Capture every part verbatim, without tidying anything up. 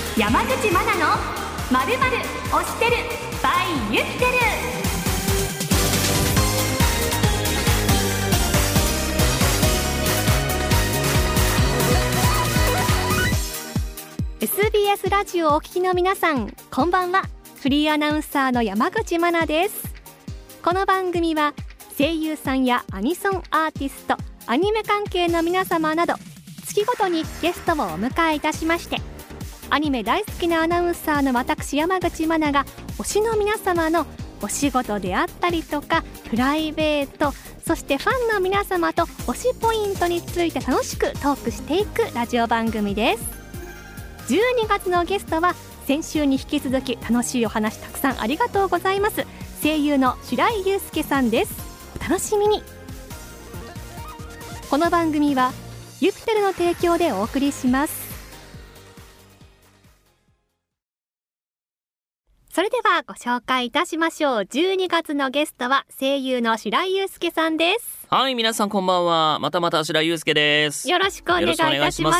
山口真奈のまるまる推してる by ユッテル。エスビーエス ラジオをお聞きの皆さん、こんばんは。フリーアナウンサーの山口真奈です。この番組は声優さんやアニソンアーティスト、アニメ関係の皆様など月ごとにゲストをお迎えいたしまして、アニメ大好きなアナウンサーの私山口真奈が推しの皆様のお仕事であったりとかプライベート、そしてファンの皆様と推しポイントについて楽しくトークしていくラジオ番組です。じゅうにがつのゲストは先週に引き続き楽しいお話たくさんありがとうございます。声優の白井悠介さんです。お楽しみに。この番組はユピテルの提供でお送りします。それではご紹介いたしましょう。じゅうにがつのゲストは声優の白井悠介さんです。 はい、皆さんこんばんは。またまた白井悠介です。 よろしくお願いいたします。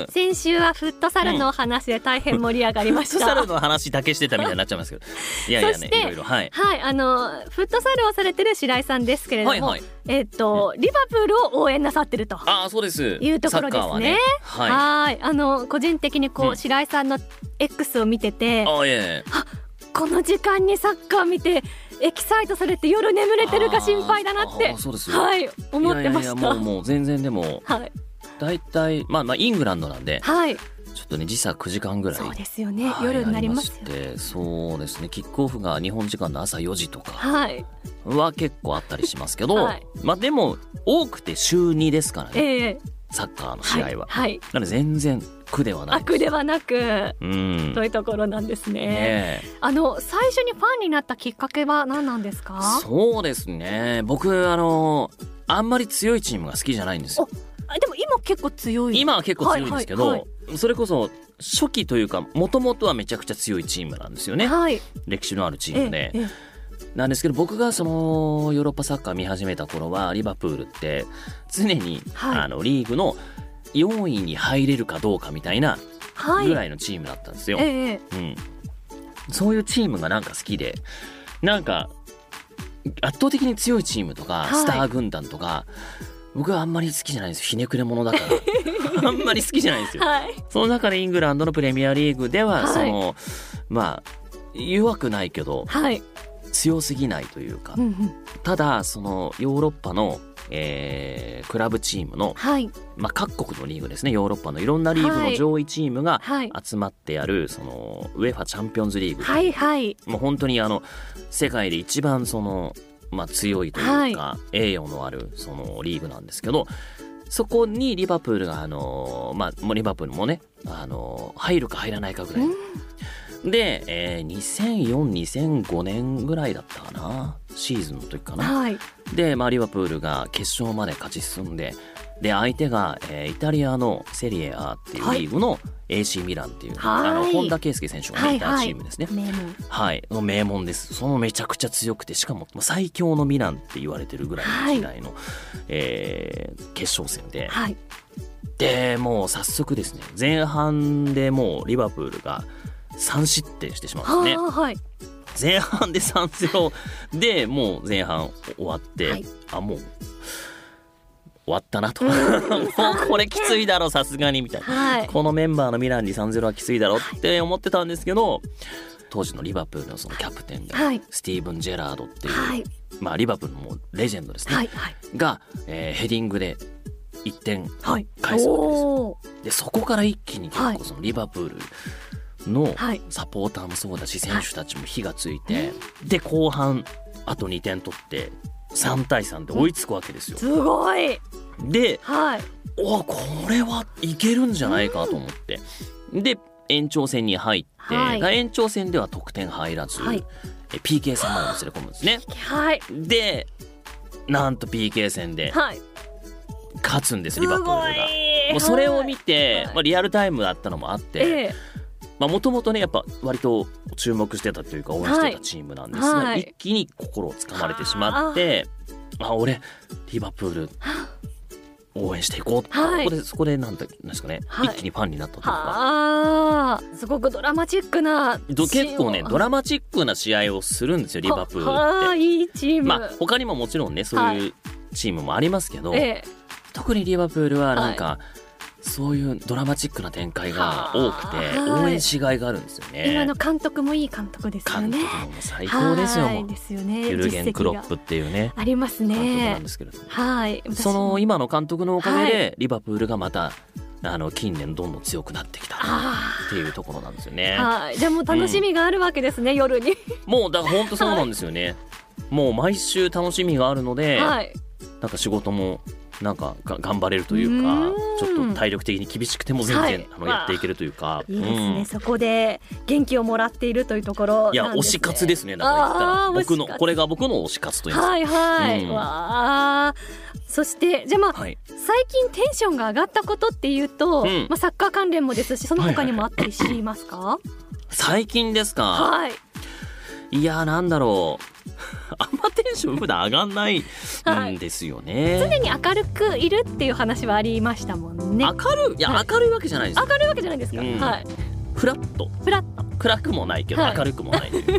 先週はフットサルのお話で大変盛り上がりました、うん、フットサルの話だけしてたみたいになっちゃいますけどいやいやね、いろいろ、はい、はい、あのフットサルをされてる白井さんですけれども、はいはい、えっと、うん、リバプールを応援なさってるとあそうですいうところですね。はい、はい、あの個人的にこう、うん、白井さんの X を見てて、あいやいやあこの時間にサッカー見てエキサイトされて夜眠れてるか心配だなってそうですよ、はい、思ってました。いやいやいやもう、もう全然でも、はい、だいたい、まあ、まあイングランドなんで、はい、ちょっとね時差くじかんぐらいそうですよね、はい、夜になりますよね。そうですね、キックオフが日本時間の朝よじとかは結構あったりしますけど、はい、まあでも多くて週にですからね、えー、サッカーの試合は、はいはい、なので全然苦ではないです。苦ではなく、うん、というところなんですね。ねあの最初にファンになったきっかけは何なんですか？そうですね、僕あのあんまり強いチームが好きじゃないんですよ。あでも今結構強い今は結構強いんですけど、はいはいはい、それこそ初期というかもともとはめちゃくちゃ強いチームなんですよね、はい、歴史のあるチームで、ええなんですけど、僕がそのヨーロッパサッカー見始めた頃はリバプールって常に、はい、あのリーグのよんいに入れるかどうかみたいなぐらいのチームだったんですよ、はいええうん、そういうチームがなんか好きで、なんか圧倒的に強いチームとか、はい、スター軍団とか僕はあんまり好きじゃないんですよ。ひねくれ者だからあんまり好きじゃないんですよ、はい、その中でイングランドのプレミアリーグでは、はい、そのまあ弱くないけど、はい強すぎないというか、うんうん、ただそのヨーロッパの、えー、クラブチームの、はいまあ、各国のリーグですね、ヨーロッパのいろんなリーグの上位チームが集まってやる、そのウェファチャンピオンズリーグ、はいはい、もう本当にあの世界で一番その、まあ、強いというか、はい、栄誉のあるそのリーグなんですけど、そこにリバプールがあの、まあ、もうリバプールもねあの入るか入らないかぐらい、うんで、えー、にせんよん、にせんごねんぐらいだったかな、シーズンの時かな、はい、で、まあ、リバプールが決勝まで勝ち進んで、で相手が、えー、イタリアのセリエ A っていうリーグの エーシー ミランっていう、はい、あの本田圭佑選手が、ね、いたチームですね、はいはい、名門、はい、の名門です。そのめちゃくちゃ強くて、しかも最強のミランって言われてるぐらいの時代の、はいえー、決勝戦で、はい、でもう早速ですね、前半でもうリバプールがさん失点してしまうんですね、はい、前半で さんたいゼロ でもう前半終わって、はい、あもう終わったなともうこれきついだろさすがにみたいな、はい、このメンバーのミランに さんたいゼロ はきついだろって思ってたんですけど、当時のリバプールのそのキャプテンが、はい、スティーブン・ジェラードっていう、はいまあ、リバプールのもうレジェンドですね、はいはい、が、えー、ヘディングでいってん返すわけですよ、はい、でそこから一気に結構そのリバプールのサポーターもそうだし、選手たちも火がついて、はい、で後半あとにてん取ってさんたいさんで追いつくわけですよ、うん、すごいで、はい、おこれはいけるんじゃないかと思って、うん、で延長戦に入って、はい、延長戦では得点入らず、はい、ピーケー 戦までもつれ込むんですね、はい、でなんと ピーケー 戦で勝つんです、リバプールが。もうそれを見て、はいまあ、リアルタイムだったのもあって、えーもともとねやっぱ割と注目してたというか応援してたチームなんですが、はい、一気に心をつかまれてしまって、あ俺リバプール応援していこう、はい、ここでそこでなんてなんですかね、はい、一気にファンになったというか、 すごくドラマチックな結構ねドラマチックな試合をするんですよリバプールって。 はあ、いいチーム。 まあ他にももちろんねそういうチームもありますけど、はい、 ええ、 特にリバプールはなんか、はい、そういうドラマチックな展開が多くて応援しがいがあるんですよね。 今の監督もいい監督ですよね。 監督も最高ですよ。もうですよね。 ユルゲン・クロップっていうねありますね。 監督なんですけれども、 はい、 その今の監督のおかげで、はい、リバプールがまたあの近年どんどん強くなってきたっていうところなんですよね。 はい、じゃあもう楽しみがあるわけですね、うん、夜にもうだから本当そうなんですよね、はい、もう毎週楽しみがあるので、はい、なんか仕事もなんかが頑張れるというか、うちょっと体力的に厳しくても全然、はい、あのやっていけるというか、 いいですね、うん、そこで元気をもらっているというところなんですね。 いや推し活ですね。だから言ったら僕のこれが僕の推し活というんです。 はいはい、うん、わそしてじゃあまあ、はい、最近テンションが上がったことっていうと、うん、まあ、サッカー関連もですしその他にもあったりしますか？はいはいはい、 最近ですか？はい、いやなんだろうあんまテンション普段上がんないんですよね、はい、 常に明るくいるっていう話はありましたもんね。 明るい、いや、はい、明るいわけじゃないです。 明るいわけじゃないですか、うん、はい、 フラットフラット暗くもないけど明るくもない、はい、うん、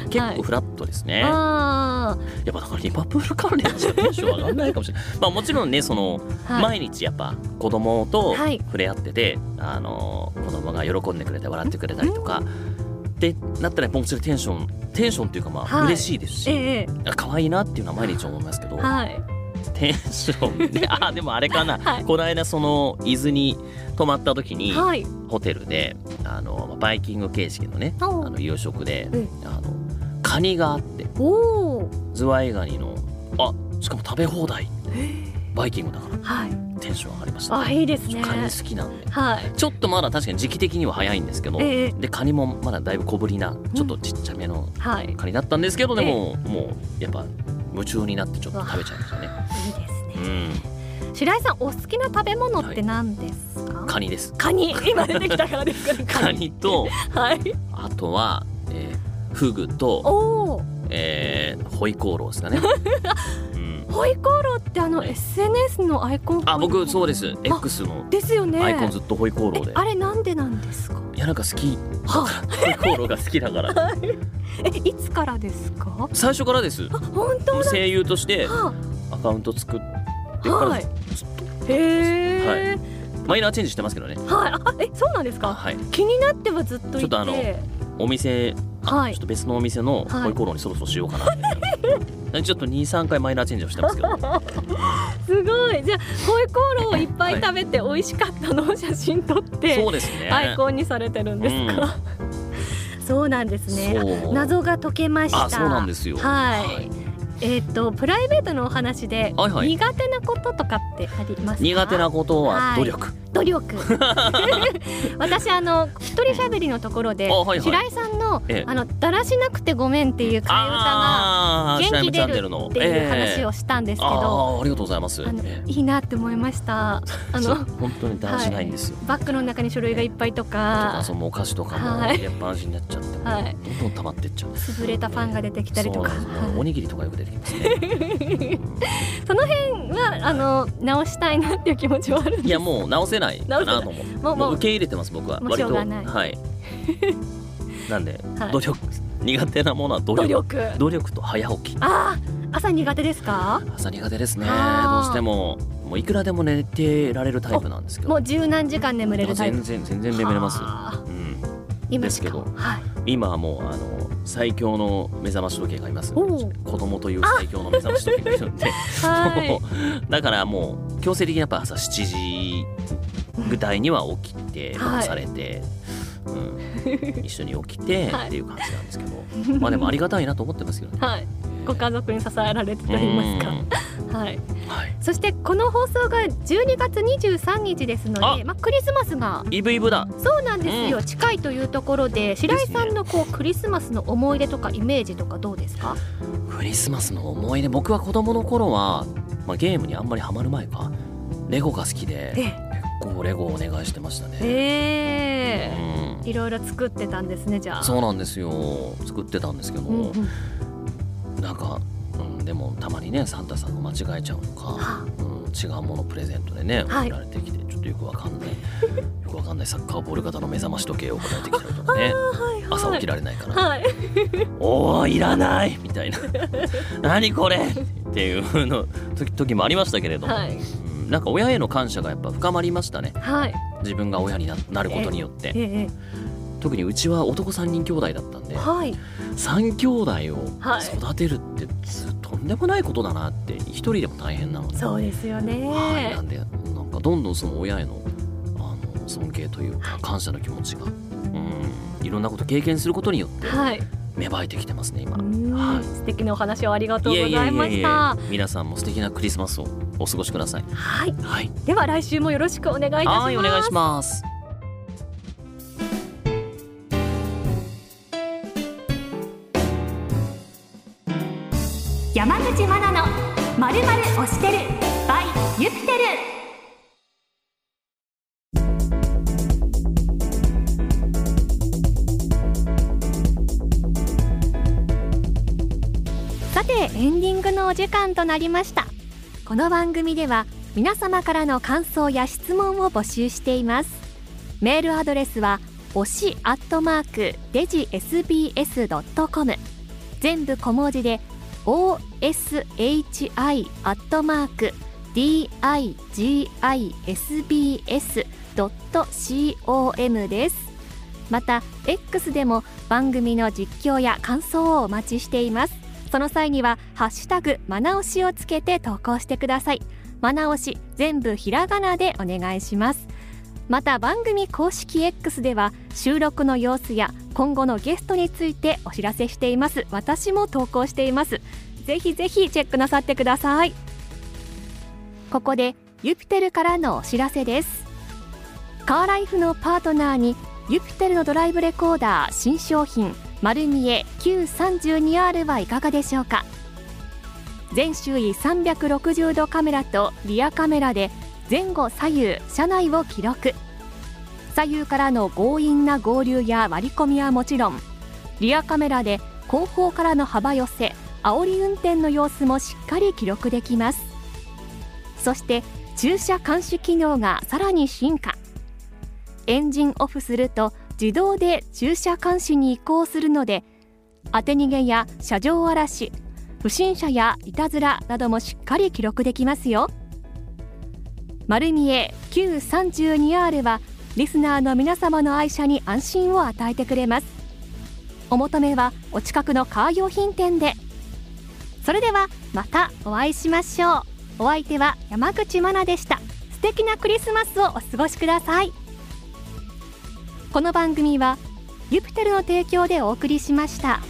結構フラットですね、はい、あやっぱだからリバプール関連じゃテンション上がんないかもしれないまあもちろんねその、はい、毎日やっぱ子供と触れ合ってて、はい、あの子供が喜んでくれて笑ってくれたりとかってなったらもちろんテンションテンションっていうかまあ、はい、嬉しいですし、ええ、可愛いなっていうのは毎日思いますけど、はい、テンションねあでもあれかな、はい、この間その伊豆に泊まった時に、はい、ホテルであのバイキング形式のねあの夕食で、うん、あのカニがあってズワイガニのあしかも食べ放題バイキングだから、はい、テンション上がりました、ね、 あいいですね。 カニ好きなんで、 はい、 ちょっとまだ確かに時期的には早いんですけど、えー、でカニもまだだいぶ小ぶりなちょっとちっちゃめのカニだったんですけど、うん、でも、えー、もうやっぱ夢中になってちょっと食べちゃいましたね。 いいですね、うん、白井さんお好きな食べ物って何ですか？はい、 カニです。 カニ今出てきたからですかねカニと、はい、あとは、えー、フグとお、えー、ホイコーローですかねホイコーローってあの エスエヌエス のアイコン。 あ僕そうです X のですよね。 アイコンずっとホイコーローで。 あれなんでなんですか？ いやなんか好きホイコーローが好きだからえいつからですか？ 最初からです。 あ本当だ。 声優としてアカウント作ってから、はい、ずっとへー、はい、 マイナーチェンジしてますけどね。 はい、あえそうなんですか？はい、気になってはずっといてちょっとあのお店はい、ちょっと別のお店のホイコーローにそろそろしようかなって、はい、ちょっと に,さん 回マイナーチェンジをしてますけどすごい。じゃあホイコーローをいっぱい食べて美味しかったのを写真撮って、 そうですね、 アイコンにされてるんですか？うん、そうなんですね。謎が解けました。 あそうなんですよ。 はい、はいえー、とプライベートのお話で、はいはい、苦手なこととかってありますか？ 苦手なことは努力、はい、 努力私あの一人喋りのところで、はいはい、白井さんの、ええ、あのだらしなくてごめんっていう替え歌が元気出るっていう話をしたんですけど、えー、 あ, ありがとうございます。 あの、えー、いいなって思いました。あの本当にだらしないんですよ、 はい、バッグの中に書類がいっぱいとか、 とかそのお菓子とかも入れっぱなしになっちゃって、はい、どんどん溜まってっちゃう。 潰れたパンが出てきたりとか、 そうおにぎりとかよく出てきますねその辺はあの直したいなっていう気持ちはあるんですか？ いやもう直せないかなと思って、もうもう受け入れてます僕は。 もうしょうがない、 はいなんで、はい、努力苦手なものは努力努力、 努力と早起き。 あ朝苦手ですか？ 朝苦手ですね。どうしてももういくらでも寝てられるタイプなんですけど、 もう十何時間眠れるタイプ。 全然全然眠れます、うん、 今ですけど、 はい、 今はもうあの最強の目覚まし時計がいます。子供という最強の目覚まし時計がいるんで、はい、だからもう強制的にやっぱ朝しちじぐらいには起きて起こされて、はいうん、一緒に起きてっていう感じなんですけど、はい、まあでもありがたいなと思ってますけどね、 はい、ご家族に支えられてと言いますかはい、はい、そしてこの放送がじゅうにがつにじゅうさんにちですので、まあ、クリスマスがイブイブだ。 そうなんですよ、うん、近いというところで白井さんのこうクリスマスの思い出とかイメージとかどうですか？ クリスマスの思い出、僕は子供の頃は、まあ、ゲームにあんまりハマる前かレゴが好きで結構レゴをお願いしてましたね。 えーうん、いろいろ作ってたんですね。じゃあそうなんですよ、作ってたんですけど、うんうん、なんか、うん、でもたまにねサンタさんが間違えちゃうのか、うん、 違うものプレゼントでね送られてきて、はい、ちょっとよくわかんないよくわかんないサッカーボール型の目覚まし時計を送られてきたりとかね、はいはい、朝起きられないから、はい、おーいらないみたいな何これっていうの時, 時もありましたけれども、はい、うん、なんか親への感謝がやっぱ深まりましたね、はい、自分が親に な, なることによって、えーえー、特にうちは男さんにん兄弟だったんで、はい、さん兄弟を育てるって、はい、とんでもないことだなって、一人でも大変なので、 そうですよね、 はい、なんでなんかどんどんその親への、あの尊敬というか感謝の気持ちが、うん、いろんなこと経験することによって、はい、芽生えてきてますね今、 はい、素敵なお話をありがとうございました。いやいやいやいや、 皆さんも素敵なクリスマスをお過ごしください。 はい、はい、では来週もよろしくお願いいたします。 はい、お願いします。 山口真奈のまるまる推してる by ユピテル。さてエンディングのお時間となりました。この番組では皆様からの感想や質問を募集しています。メールアドレスは推しアットマークデジ エスビーエスドットコム、 全部小文字で オーエスエイチアイ アットマーク ディーアイジーアイエスビーエスドットコム です。また X でも番組の実況や感想をお待ちしています。その際にはハッシュタグマナオシをつけて投稿してください。マナオシ全部ひらがなでお願いします。また番組公式 X では収録の様子や今後のゲストについてお知らせしています。私も投稿しています。ぜひぜひチェックなさってください。ここでユピテルからのお知らせです。カーライフのパートナーにユピテルのドライブレコーダー新商品丸見え キューさんじゅうにアール はいかがでしょうか。全周囲さんびゃくろくじゅうどカメラとリアカメラで前後左右車内を記録。左右からの強引な合流や割り込みはもちろん、リアカメラで後方からの幅寄せ煽り運転の様子もしっかり記録できます。そして駐車監視機能がさらに進化。エンジンオフすると自動で駐車監視に移行するので、当て逃げや車上荒らし、不審者やいたずらなどもしっかり記録できますよ。丸見え キューさんじゅうにアール はリスナーの皆様の愛車に安心を与えてくれます。お求めはお近くのカー用品店で。それではまたお会いしましょう。お相手は山口真奈でした。素敵なクリスマスをお過ごしください。この番組はユピテルの提供でお送りしました。